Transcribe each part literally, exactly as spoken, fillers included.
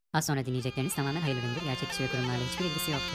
Az sonra dinleyecekleriniz tamamen hayırlı üründür. Gerçek kişi ve kurumlarla hiçbir ilgisi yoktur.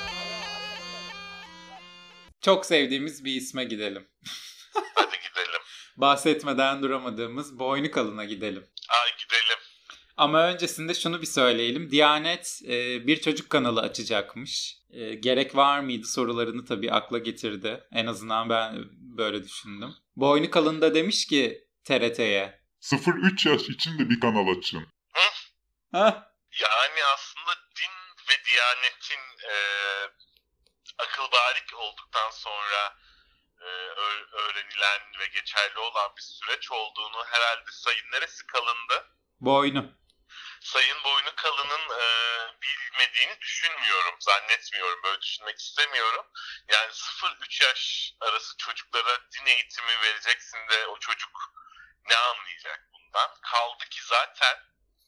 Çok sevdiğimiz bir isme gidelim. Hadi gidelim. Bahsetmeden duramadığımız Boynu Kalın'a gidelim. Ay gidelim. Ama öncesinde şunu bir söyleyelim. Diyanet e, bir çocuk kanalı açacakmış. E, gerek var mıydı sorularını tabii akla getirdi. En azından ben böyle düşündüm. Boynu Kalın da demiş ki T R T'ye. sıfır üç yaş için de bir kanal açın. Hı? Hah. Yani aslında din ve diyanetin e, akıl barik olduktan sonra e, öğrenilen ve geçerli olan bir süreç olduğunu herhalde Sayın neresi kalındı? Boynu. Sayın Boynu Kalın'ın e, bilmediğini düşünmüyorum, zannetmiyorum, böyle düşünmek istemiyorum. Yani sıfır üç yaş arası çocuklara din eğitimi vereceksin de o çocuk ne anlayacak bundan? Kaldı ki zaten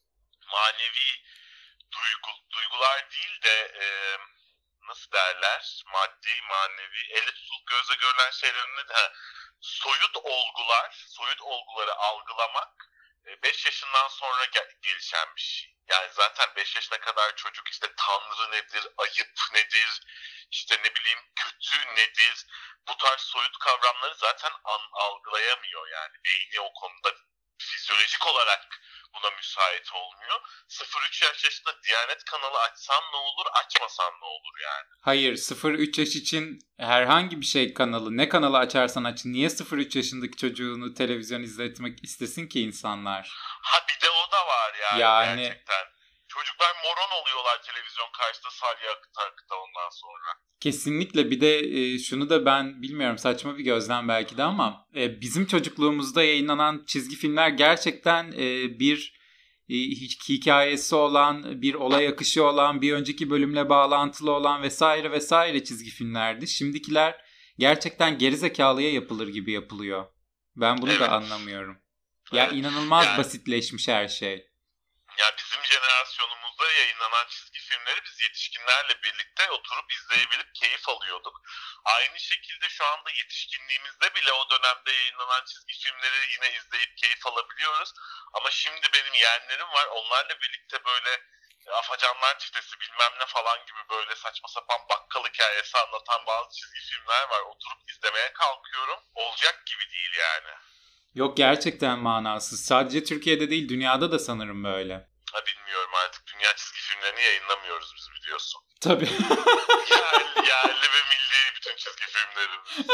manevi duygu, duygular değil de e, nasıl derler, maddi manevi elle tutulup gözle görülen şeylerin ha, soyut olgular, soyut olguları algılamak beş yaşından sonra gelişen bir şey. Yani zaten beş yaşına kadar çocuk işte Tanrı nedir, ayıp nedir, işte ne bileyim kötü nedir, bu tarz soyut kavramları zaten an- algılayamıyor yani. Beyni o konuda fizyolojik olarak buna müsait olmuyor. sıfır üç yaş yaşında Diyanet kanalı açsan ne olur, açmasan ne olur yani? Hayır, sıfır üç yaş için herhangi bir şey kanalı, ne kanalı açarsan aç, niye sıfır üç yaşındaki çocuğunu televizyon izletmek istesin ki insanlar? Ha bir de o da var yani, yani... gerçekten. Çocuklar moron oluyorlar televizyon karşısında salya akıta akıta ondan sonra. Kesinlikle. Bir de e, şunu da ben bilmiyorum, saçma bir gözlem belki de ama e, bizim çocukluğumuzda yayınlanan çizgi filmler gerçekten e, bir e, hikayesi olan, bir olay akışı olan, bir önceki bölümle bağlantılı olan vesaire vesaire çizgi filmlerdi. Şimdikiler gerçekten gerizekalıya yapılır gibi yapılıyor. Ben bunu evet. da anlamıyorum. Ya evet. inanılmaz yani... basitleşmiş her şey. Ya bizim jenerasyonumuzda yayınlanan çizgi filmleri biz yetişkinlerle birlikte oturup izleyebilip keyif alıyorduk. Aynı şekilde şu anda yetişkinliğimizde bile o dönemde yayınlanan çizgi filmleri yine izleyip keyif alabiliyoruz. Ama şimdi benim yeğenlerim var, onlarla birlikte böyle Afacanlar Çetesi bilmem ne falan gibi böyle saçma sapan bakkal hikayesi anlatan bazı çizgi filmler var. Oturup izlemeye kalkıyorum. Olacak gibi değil yani. Yok, gerçekten manasız. Sadece Türkiye'de değil, dünyada da sanırım böyle. Ha bilmiyorum artık. Dünya çizgi filmlerini yayınlamıyoruz biz, biliyorsun. Tabii. yerli, yerli ve milli bütün çizgi filmlerimiz.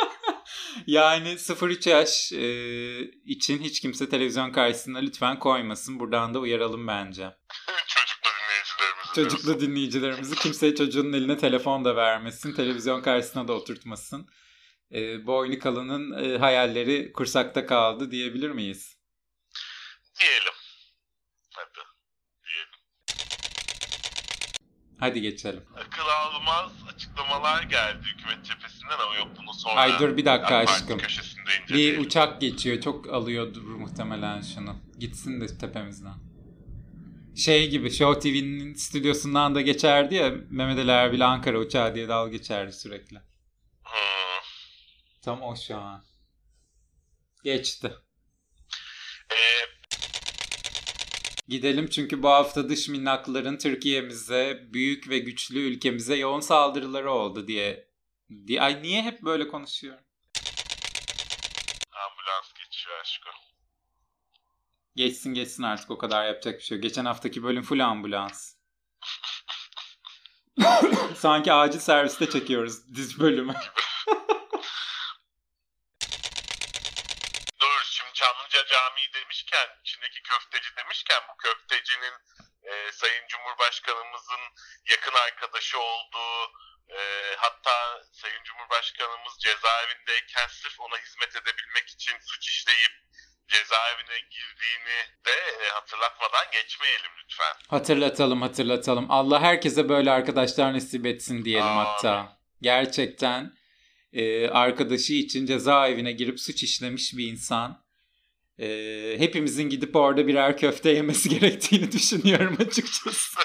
Yani sıfır üç yaş e, için hiç kimse televizyon karşısına lütfen koymasın. Buradan da uyaralım bence. Çocuklu dinleyicilerimizi. Çocuklu diyorsun. dinleyicilerimizi kimseye çocuğunun eline telefon da vermesin. Televizyon karşısına da oturtmasın. E, Boynu Kalın'ın e, hayalleri kursakta kaldı diyebilir miyiz? Diyelim. Hadi. Diyelim. Hadi geçelim. Akıl almaz açıklamalar geldi hükümet cephesinden ama yok bunu sonra. Ay dur bir dakika aşkım. Bir değil. uçak geçiyor. Çok alıyordur muhtemelen şunu. Gitsin de tepemizden. Şey gibi Show T V'nin stüdyosundan da geçerdi ya, Mehmet Ali Erbil Ankara uçağı diye dalga geçerdi sürekli. Hmm. Tam o şu an. Geçti. Ee, Gidelim çünkü bu hafta dış minnakların Türkiye'mize, büyük ve güçlü ülkemize yoğun saldırıları oldu diye. diye. Ay niye hep böyle konuşuyorum? Ambulans geçiyor aşkım. Geçsin geçsin artık, o kadar yapacak bir şey yok. Geçen haftaki bölüm full ambulans. Sanki acil serviste çekiyoruz dizi bölümü. Dur şimdi Çamlıca Camii demişken, içindeki köfteci demişken, bu köftecinin e, Sayın Cumhurbaşkanımızın yakın arkadaşı olduğu, e, hatta Sayın Cumhurbaşkanımız cezaevindeyken sırf ona hizmet edebilmek için suç işleyip cezaevine girdiğini de e, hatırlatmadan geçmeyelim lütfen. Hatırlatalım hatırlatalım. Allah herkese böyle arkadaşlar nasip etsin diyelim. Amin. Hatta. Gerçekten e, arkadaşı için cezaevine girip suç işlemiş bir insan. E, hepimizin gidip orada birer köfte yemesi gerektiğini düşünüyorum açıkçası.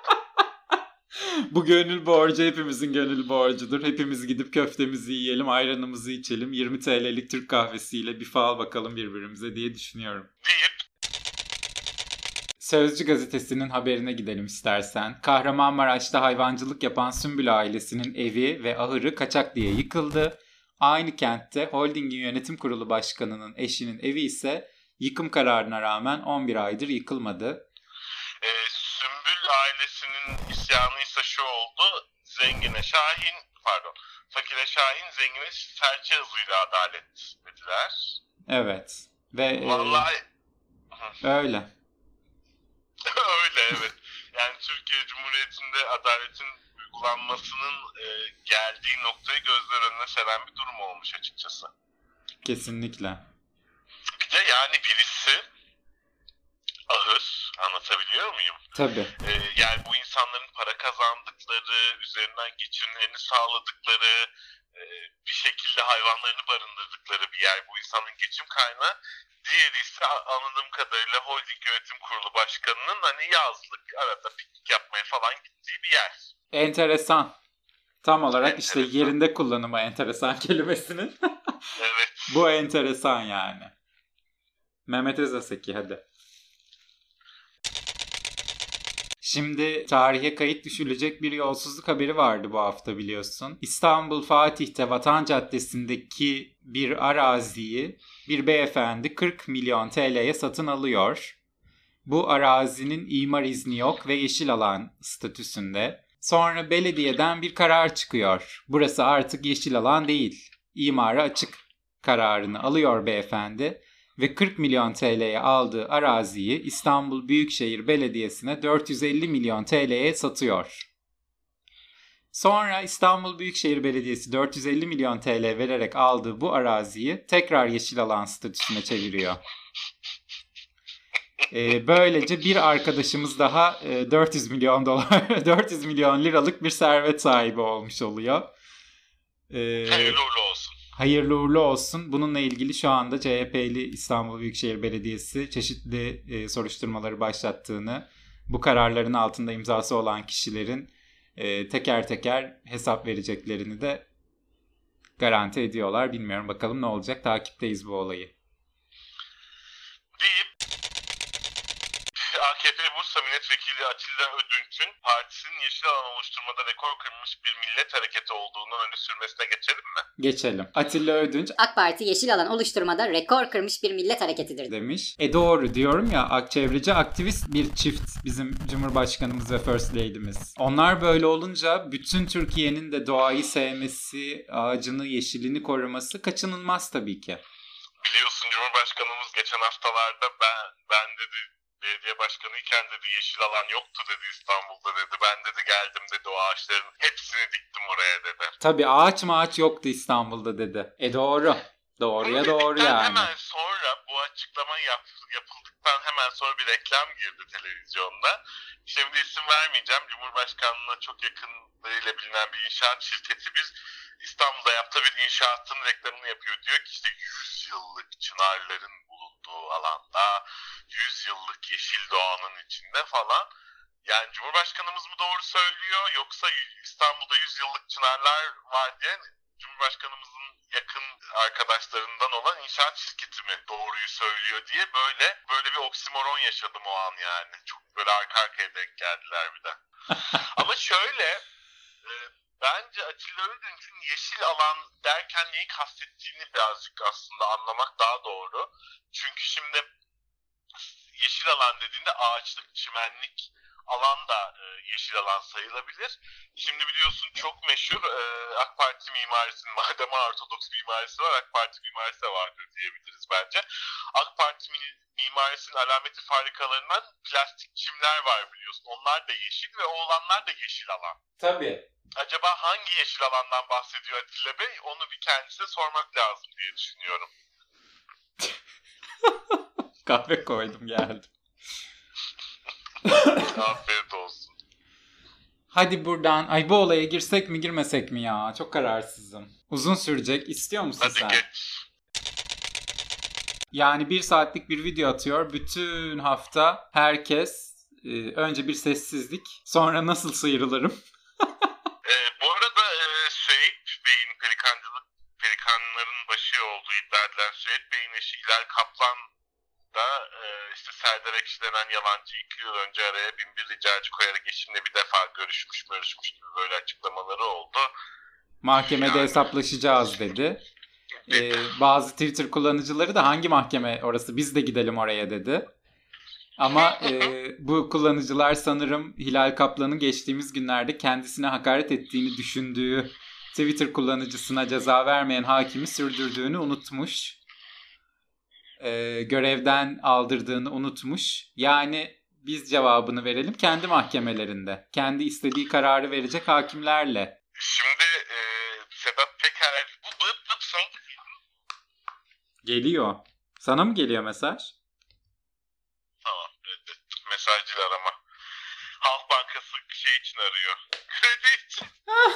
Bu gönül borcu hepimizin gönül borcudur. Hepimiz gidip köftemizi yiyelim, ayranımızı içelim. yirmi T L'lik Türk kahvesiyle bir fal bakalım birbirimize diye düşünüyorum. Deyip Sözcü gazetesinin haberine gidelim istersen. Kahramanmaraş'ta hayvancılık yapan Sümbül ailesinin evi ve ahırı kaçak diye yıkıldı. Aynı kentte holdingin yönetim kurulu başkanının eşinin evi ise yıkım kararına rağmen on bir aydır yıkılmadı. E, Sümbül ailesinin isyanı ise şu oldu. Zengine Şahin, pardon, fakire Şahin, zengine serçe hızıyla adalet dediler. Evet. Ve Vallahi e, öyle. öyle evet. Yani Türkiye Cumhuriyeti'nde adaletin uygulanmasının e, geldiği noktayı gözler önüne seren bir durum olmuş açıkçası. Kesinlikle. Bir de yani birisi ahır, anlatabiliyor muyum? Tabii. Ee, yani bu insanların para kazandıkları, üzerinden geçimlerini sağladıkları, e, bir şekilde hayvanlarını barındırdıkları bir yer bu insanın geçim kaynağı. Diğeri ise anladığım kadarıyla holding yönetim kurulu başkanının hani yazlık, arada piknik yapmaya falan gittiği bir yer. Enteresan. Tam olarak Enteresan. işte yerinde kullanımı enteresan kelimesinin. Evet. Bu enteresan yani. Mehmet Özaseki hadi. Şimdi tarihe kayıt düşülecek bir yolsuzluk haberi vardı bu hafta biliyorsun. İstanbul Fatih'te Vatan Caddesi'ndeki bir araziyi bir beyefendi kırk milyon T L'ye satın alıyor. Bu arazinin imar izni yok ve yeşil alan statüsünde. Sonra belediyeden bir karar çıkıyor. Burası artık yeşil alan değil, imara açık kararını alıyor beyefendi. Ve kırk milyon T L'ye aldığı araziyi İstanbul Büyükşehir Belediyesi'ne dört yüz elli milyon T L'ye satıyor. Sonra İstanbul Büyükşehir Belediyesi dört yüz elli milyon T L vererek aldığı bu araziyi tekrar yeşil alan statüsüne çeviriyor. Ee, böylece bir arkadaşımız daha e, dört yüz milyon dolar, dört yüz milyon liralık bir servet sahibi olmuş oluyor. Ee, Hayırlı uğurlu olsun. Hayırlı uğurlu olsun. Bununla ilgili şu anda C H P'li İstanbul Büyükşehir Belediyesi çeşitli e, soruşturmaları başlattığını, bu kararların altında imzası olan kişilerin e, teker teker hesap vereceklerini de garanti ediyorlar. Bilmiyorum bakalım ne olacak. Takipteyiz bu olayı. Deyip A K P Bursa Milletvekili Atilla Ödünç'ün partisinin yeşil alan oluşturmada rekor kırmış bir millet hareketi olduğunu öne sürmesine geçelim mi? Geçelim. Atilla Ödünç AK Parti yeşil alan oluşturmada rekor kırmış bir millet hareketidir demiş. E doğru diyorum ya, çevreci aktivist bir çift bizim Cumhurbaşkanımız ve First Lady'miz. Onlar böyle olunca bütün Türkiye'nin de doğayı sevmesi, ağacını, yeşilini koruması kaçınılmaz tabii ki. Biliyorsun Cumhurbaşkanımız geçen haftalarda ben ben dedi belediye başkanıyken dedi yeşil alan yoktu dedi İstanbul'da dedi. Ben dedi geldim dedi o ağaçların hepsini diktim oraya dedi. Tabii ağaç mağaç yoktu İstanbul'da dedi. E doğru. Doğruya Bunu doğru dedikten yani. hemen sonra bu açıklama yap, yapıldıktan hemen sonra bir reklam girdi televizyonda. Şimdi isim vermeyeceğim. Cumhurbaşkanlığına çok yakınlığıyla bilinen bir inşaat şirketi biz İstanbul'da yaptığı bir inşaatın reklamını yapıyor. Diyor ki işte yüz yıllık çınarların bulunduğu alanda, yüz yıllık yeşil doğanın içinde falan. Yani Cumhurbaşkanımız mı doğru söylüyor yoksa İstanbul'da yüz yıllık çınarlar var diye Cumhurbaşkanımızın yakın arkadaşlarından olan inşaat şirketi mi doğruyu söylüyor diye böyle böyle bir oksimoron yaşadım o an yani. Çok böyle arka arkaya denk geldiler bir de. Ama şöyle e, bence Atilla Ödünç'ün yeşil alan derken neyi kastettiğini birazcık aslında anlamak daha doğru. Çünkü şimdi yeşil alan dediğinde ağaçlık, çimenlik alan da e, yeşil alan sayılabilir. Şimdi biliyorsun çok meşhur e, AK Parti mimarisinin, madem ortodoks mimarisi var, AK Parti mimarisi de vardır diyebiliriz bence. AK Parti mimarisinin alameti farikalarından plastik çimler var biliyorsun. Onlar da yeşil ve o olanlar da yeşil alan. Tabii. Acaba hangi yeşil alandan bahsediyor Atilla Bey? Onu bir kendisine sormak lazım diye düşünüyorum. Kahve koydum geldim. Afiyet olsun. Hadi buradan. Ay bu olaya girsek mi girmesek mi ya? Çok kararsızım. Uzun sürecek. İstiyor musun Hadi sen? geç. Yani bir saatlik bir video atıyor. Bütün hafta herkes e, önce bir sessizlik. Sonra nasıl sıyrılırım? e, bu arada e, Süheyb Bey'in pelikancılık, pelikanların başı olduğu iddia edilen Süheyb Bey'in eşi İlal Kaplan da e, işte Serdar Ekşi denen yalancı iki yıl önce araya binbir ricacı koyarak eşimle bir defa görüşmüş görüşmüş gibi böyle açıklamaları oldu. Mahkemede Yani- hesaplaşacağız dedi. Ee, bazı Twitter kullanıcıları da hangi mahkeme orası biz de gidelim oraya dedi. Ama e, bu kullanıcılar sanırım Hilal Kaplan'ın geçtiğimiz günlerde kendisine hakaret ettiğini düşündüğü Twitter kullanıcısına ceza vermeyen hakimi sürdürdüğünü unutmuş. E, görevden aldırdığını unutmuş. Yani biz cevabını verelim kendi mahkemelerinde. Kendi istediği kararı verecek hakimlerle. Şimdi e, Sedat Peker bu bıp bıp son Geliyor. Sana mı geliyor mesaj? tamam reddettim. Mesaj değil arama. Halk Bankası şey için arıyor. Kredi için.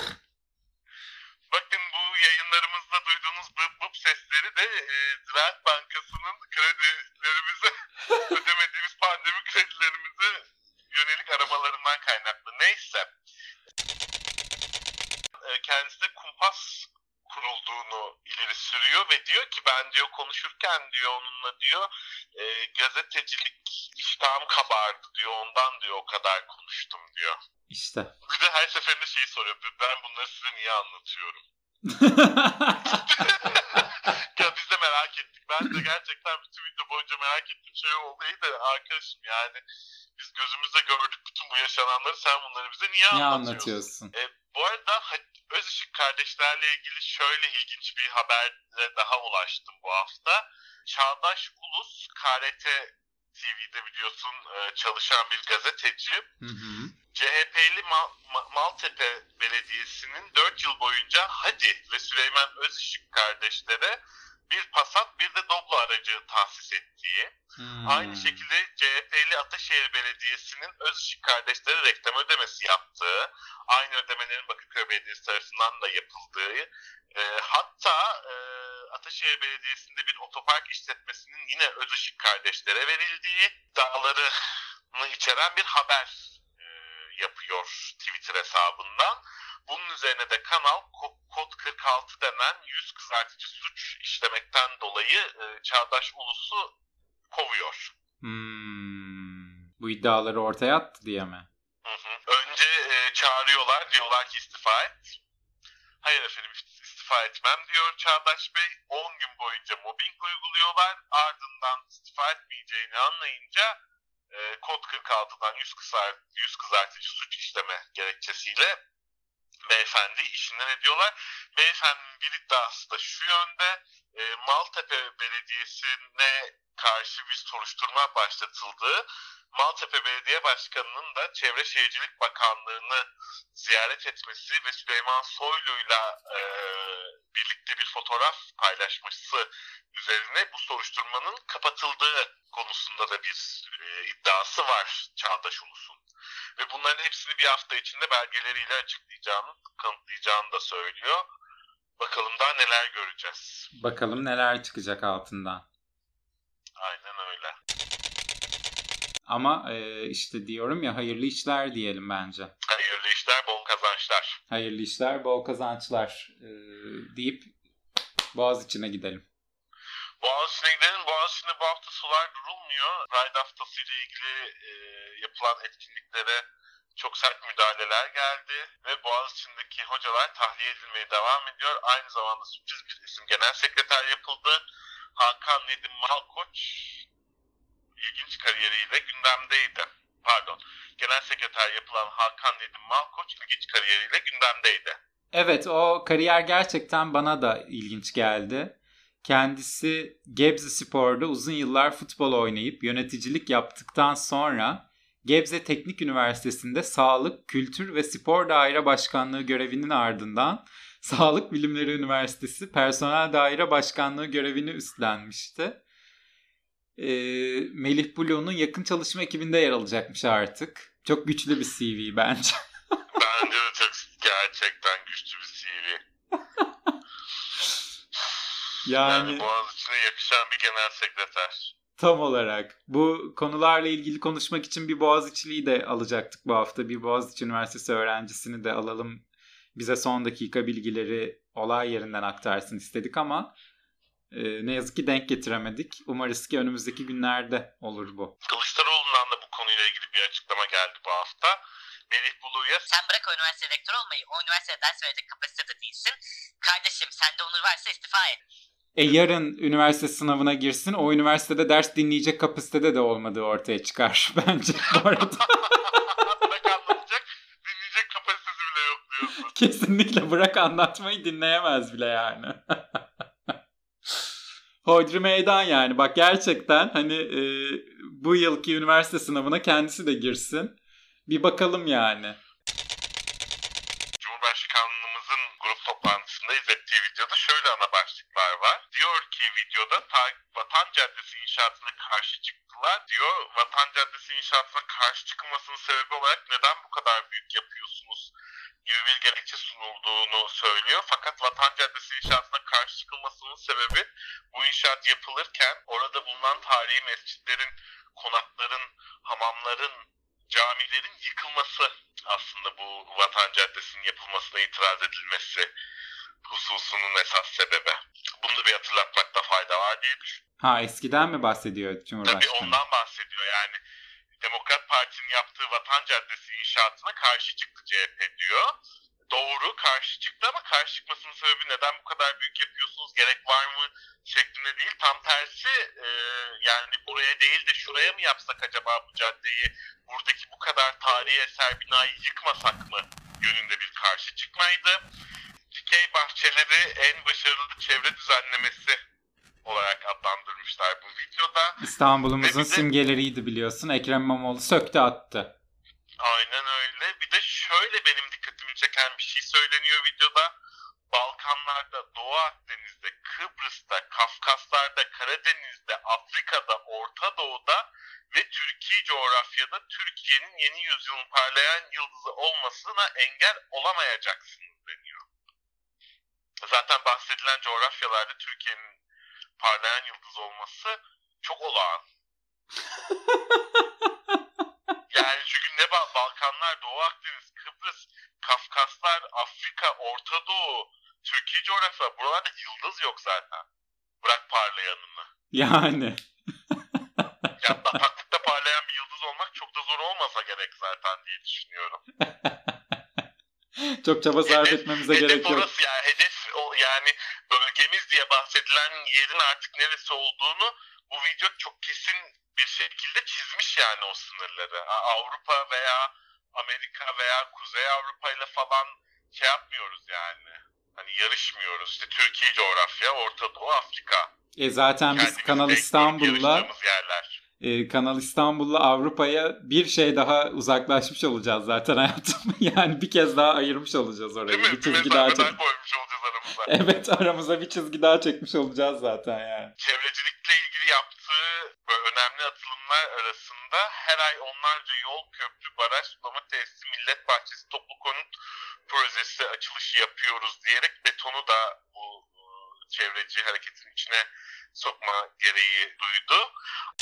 Bakın bu yayınlarımızda duyduğunuz bıp bıp sesleri de e, Ziraat Bankası'nın kredilerimize ödemediğimiz pandemi kredilerimize yönelik aramalarından kaynaklı. Neyse. E, kendisi de kumpas kurulduğunu ileri sürüyor ve diyor ki ben diyor konuşurken diyor onunla diyor e, gazetecilik iştahım kabardı diyor ondan diyor o kadar konuştum diyor. İşte. Bir de her seferinde şeyi soruyor ben bunları size niye anlatıyorum? Ya biz de merak ettik. Ben de gerçekten bütün video boyunca merak ettiğim şey oldu. İyi de arkadaşım yani biz gözümüzle gördük bütün bu yaşananları sen bunları bize niye Ne anlatıyorsun? anlatıyorsun? E, bu arada Özışık kardeşlerle ilgili şöyle ilginç bir haberle daha ulaştım bu hafta. Çağdaş Ulus K R T T V'de biliyorsun çalışan bir gazeteci. Hı hı. C H P'li Mal- Ma- Maltepe Belediyesi'nin dört yıl boyunca Hadi ve Süleyman Özışık kardeşlere bir Passat bir de Doblo aracı tahsis ettiği, Hmm. aynı şekilde C H P'li Ataşehir Belediyesi'nin Özışık kardeşlere reklam ödemesi yaptığı, aynı ödemelerin Bakırköy Belediyesi tarafından da yapıldığı, e, hatta e, Ataşehir Belediyesi'nde bir otopark işletmesinin yine Özışık kardeşlere verildiği iddialarını içeren bir haber e, yapıyor Twitter hesabından. Bunun üzerine de kanal Kod kırk altı denen yüz kızartıcı suç işlemekten dolayı e, Çağdaş Ulus'u kovuyor. Hmm. Bu iddiaları ortaya attı diye mi? Hı hı. Önce e, çağırıyorlar, diyorlar ki istifa et. Hayır efendim istifa etmem diyor Çağdaş Bey. on gün boyunca mobbing uyguluyorlar. Ardından istifa etmeyeceğini anlayınca e, Kod kırk altıdan yüz, kızart, yüz kızartıcı suç işleme gerekçesiyle beyefendi işinden ediyorlar. Beyefendinin bir iddiası da şu yönde, e, Maltepe Belediyesi'ne karşı bir soruşturma başlatıldığı, Maltepe Belediye Başkanı'nın da Çevre Şehircilik Bakanlığı'nı ziyaret etmesi ve Süleyman Soylu'yla e, birlikte bir fotoğraf paylaşması üzerine bu soruşturmanın kapatıldığı konusunda da bir e, iddiası var Çağdaş Ulus'un. Ve bunların hepsini bir hafta içinde belgeleriyle açıklayacağını, kanıtlayacağını da söylüyor. Bakalım daha neler göreceğiz. Bakalım neler çıkacak altından. Aynen öyle. Ama e, işte diyorum ya hayırlı işler diyelim bence. Hayırlı işler, bol kazançlar. Hayırlı işler, bol kazançlar e, deyip Boğaziçi'ne gidelim. Boğaziçi'ne gidelim. Boğaziçi'nde bu hafta sular durulmuyor. Pride Haftası ile ilgili e, yapılan etkinliklere çok sert müdahaleler geldi ve Boğaziçi'ndeki hocalar tahliye edilmeye devam ediyor. Aynı zamanda sürpriz bir isim genel sekreter yapıldı. Hakan Nedim Malkoç ilginç kariyeriyle gündemdeydi. Pardon. Genel sekreter yapılan Hakan Nedim Malkoç ilginç kariyeriyle gündemdeydi. Evet, o kariyer gerçekten bana da ilginç geldi. Kendisi Gebze Spor'da uzun yıllar futbol oynayıp yöneticilik yaptıktan sonra Gebze Teknik Üniversitesi'nde Sağlık, Kültür ve Spor Daire Başkanlığı görevinin ardından Sağlık Bilimleri Üniversitesi Personel Daire Başkanlığı görevini üstlenmişti. Ee, Melih Bulu'nun yakın çalışma ekibinde yer alacakmış artık. Çok güçlü bir C V bence. Bence de çok gerçekten güçlü bir C V. Yani, yani Boğaziçi'ne yakışan bir genel sekreter. Tam olarak. Bu konularla ilgili konuşmak için bir Boğaziçi'liyi de alacaktık bu hafta. Bir Boğaziçi Üniversitesi öğrencisini de alalım. Bize son dakika bilgileri olay yerinden aktarsın istedik ama Ee, ne yazık ki denk getiremedik. Umarız ki önümüzdeki günlerde olur bu. Kılıçdaroğlu'ndan da bu konuyla ilgili bir açıklama geldi bu hafta. Melih Bulu'ya Sen bırak o üniversite rektör olmayı, o üniversitede ders verecek kapasitede değilsin. Kardeşim sende onur varsa istifa et. E yarın üniversite sınavına girsin, o üniversitede ders dinleyecek kapasitede de olmadığı ortaya çıkar bence bu arada. bırak anlatacak, dinleyecek kapasitesi bile yok diyorsun. Kesinlikle bırak anlatmayı dinleyemez bile yani. Hodri meydan yani. Bak gerçekten hani e, bu yılki üniversite sınavına kendisi de girsin. Bir bakalım yani. Cumhurbaşkanlığımızın grup toplantısında izlettiği videoda şöyle ana başlıklar var. Diyor ki videoda ta- Vatan Caddesi inşaatına karşı çıktılar. Diyor Vatan Caddesi inşaatına karşı çıkılmasının sebebi olarak neden bu kadar büyük yapıyorsunuz gibi bir gerekçe sunulduğunu söylüyor. Fakat Vatan Caddesi inşaatına karşı çıkılmasının sebebi bu inşaat yapılırken orada bulunan tarihi mescitlerin, konakların, hamamların, camilerin yıkılması aslında bu Vatan Caddesi'nin yapılmasına itiraz edilmesi hususunun esas sebebi. Bunu da bir hatırlatmakta fayda var diye düşünüyorum. Ha eskiden mi bahsediyor Cumhurbaşkanı? Tabii ondan bahsediyor yani. Demokrat Parti'nin yaptığı Vatan Caddesi inşaatına karşı çıktı C H P diyor. Doğru karşı çıktı ama karşı çıkmasının sebebi neden bu kadar büyük yapıyorsunuz, gerek var mı şeklinde değil. Tam tersi e, yani buraya değil de şuraya mı yapsak acaba bu caddeyi, buradaki bu kadar tarihi eser binayı yıkmasak mı yönünde bir karşı çıkmaydı. Dikey bahçeleri en başarılı çevre düzenlemesi olarak adlandırmışlar bu videoda. İstanbul'umuzun Ve bir de- simgeleriydi biliyorsun. Ekrem İmamoğlu söktü attı. Aynen öyle. Bir de şöyle benim dikkatimi çeken bir şey söyleniyor videoda. Balkanlarda, Doğu Akdeniz'de, Kıbrıs'ta, Kafkaslar'da, Karadeniz'de, Afrika'da, Orta Doğu'da ve Türkiye coğrafyada Türkiye'nin yeni yüzyılın parlayan yıldızı olmasına engel olamayacaksınız deniyor. Zaten bahsedilen coğrafyalarda Türkiye'nin parlayan yıldız olması çok olağan. Yani çünkü ne ba- Balkanlar, Doğu Akdeniz, Kıbrıs, Kafkaslar, Afrika, Orta Doğu, Türkiye coğrafya, buralarda yıldız yok zaten. Bırak parlayanını. Yani. Ya bataklıkta parlayan bir yıldız olmak çok da zor olmasa gerek zaten diye düşünüyorum. Çok çaba sarf Hedef- etmemize hedef gerek yok. orası yani. Hedef o, yani bölgemiz diye bahsedilen yerin artık neresi olduğunu bu video çok kesin bir şekilde çizmiş yani o sınırları. Ha, Avrupa veya Amerika veya Kuzey Avrupa ile falan şey yapmıyoruz yani. Hani yarışmıyoruz. İşte Türkiye coğrafya, Orta Doğu, Afrika. E zaten biz Kendimizi Kanal denk İstanbul'la yarıştığımız yerler. e, Kanal İstanbul'la Avrupa'ya bir şey daha uzaklaşmış olacağız zaten hayatım. Yani bir kez daha ayırmış olacağız orayı. Değil mi? Bir Bir çizgi daha mesafeden çek. koymuş olacağız aramıza. Evet, aramıza bir çizgi daha çekmiş olacağız zaten yani. Çevrecilikle ilgili yaptığı böyle önemli atılımlar arasında her ay onlarca yol, köprü, baraj, sulama tesisi, millet bahçesi, toplu konut projesi açılışı yapıyoruz diyerek betonu da bu e, çevreci hareketin içine sokma gereği duydu.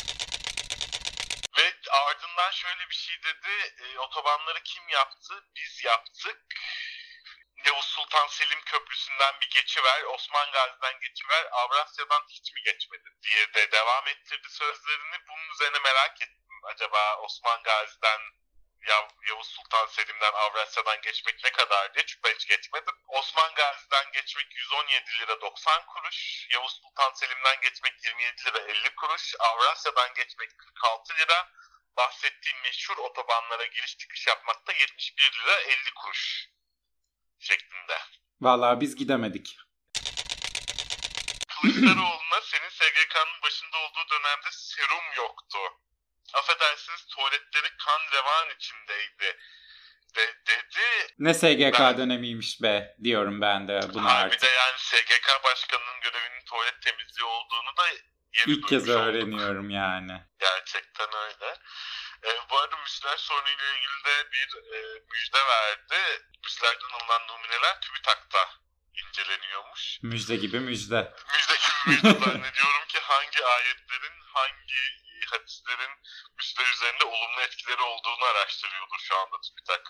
Ve ardından şöyle bir şey dedi, e, otobanları kim yaptı? Biz yaptık. Yavuz Sultan Selim Köprüsü'nden bir geçiver, Osman Gazi'den geçiver, Avrasya'dan hiç mi geçmedi diye de devam ettirdi sözlerini. Bunun üzerine merak ettim. Acaba Osman Gazi'den, Yav- Yavuz Sultan Selim'den, Avrasya'dan geçmek ne kadar diye, çünkü ben hiç geçmedim. Osman Gazi'den geçmek yüz on yedi lira doksan kuruş, Yavuz Sultan Selim'den geçmek yirmi yedi lira elli kuruş, Avrasya'dan geçmek kırk altı lira, bahsettiğim meşhur otobanlara giriş çıkış yapmakta yetmiş bir lira elli kuruş şeklinde. Vallahi biz gidemedik. Kılıçdaroğlu'na senin S G K'nın başında olduğu dönemde serum yoktu. Affedersiniz, tuvaletleri kan revan içindeydi de, dedi. Ne S G K Ben- dönemiymiş be diyorum ben de buna Ha, bir artık. de yani S G K başkanının görevinin tuvalet temizliği olduğunu da yeni İlk kez duymuş olduk. öğreniyorum yani. Gerçekten öyle. E, bu arada müsler sorunuyla ilgili de bir e, müjde verdi. Müslerden alınan numuneler TÜBİTAK'ta inceleniyormuş. Müjde gibi müjde. Müjde gibi müjde zannediyorum ki hangi ayetlerin, hangi hadislerin müsler üzerinde olumlu etkileri olduğunu araştırıyordur şu anda TÜBİTAK.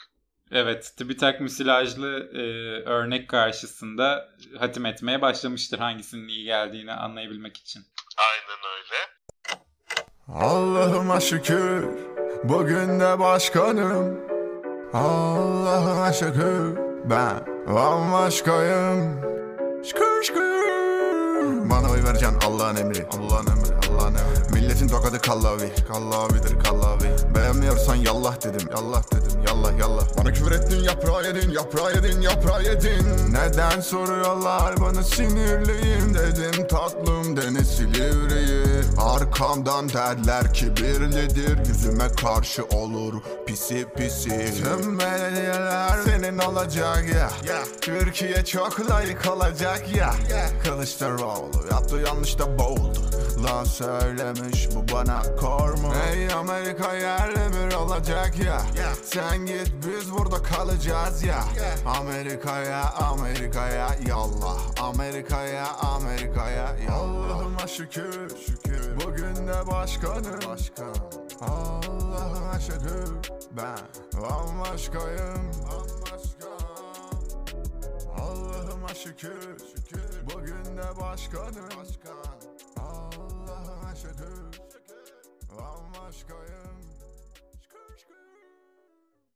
Evet, TÜBİTAK müsilajlı e, örnek karşısında hatim etmeye başlamıştır hangisinin iyi geldiğini anlayabilmek için. Aynen öyle. Allah'ıma şükür bugün de başkanım. Allah'ıma şükür ben bambaşkayım. Şükür şükür. Bana oy vereceksin Allah'ın emri. Allah'ın emri, Allah'ın emri. Milletin tokadı kallavi, kallavidir kallavi. Beğenmiyorsan yallah dedim, yallah dedim, yallah yallah. Bana küfür ettin, yaprağı yedin, yaprağı yedin, yaprağı yedin. Neden soruyorlar bana, sinirliyim dedim. Tatlım deniz Silivri'yi. Arkamdan derler kibirlidir, yüzüme karşı olur pisi pisi. Tüm belediyeler senin olacak ya, yeah. Türkiye çok layık olacak ya, yeah. Kılıçdaroğlu yaptı yanlış da boğuldu. Lan söylemiş bu bana kor mu? Hey Amerika yerle bir olacak ya, yeah. Sen git biz burada kalacağız ya, yeah. Amerika'ya Amerika'ya yallah. Amerika'ya Amerika'ya yallah. Allah'ıma şükür, şükür. Bugün de başkanım, başkan. Allah'ıma şükür ben bambaşkayım, bambaşka. Allah'ıma şükür, şükür. Bugün de başkanım, başkan. Allah'ıma şükür bambaşkayım.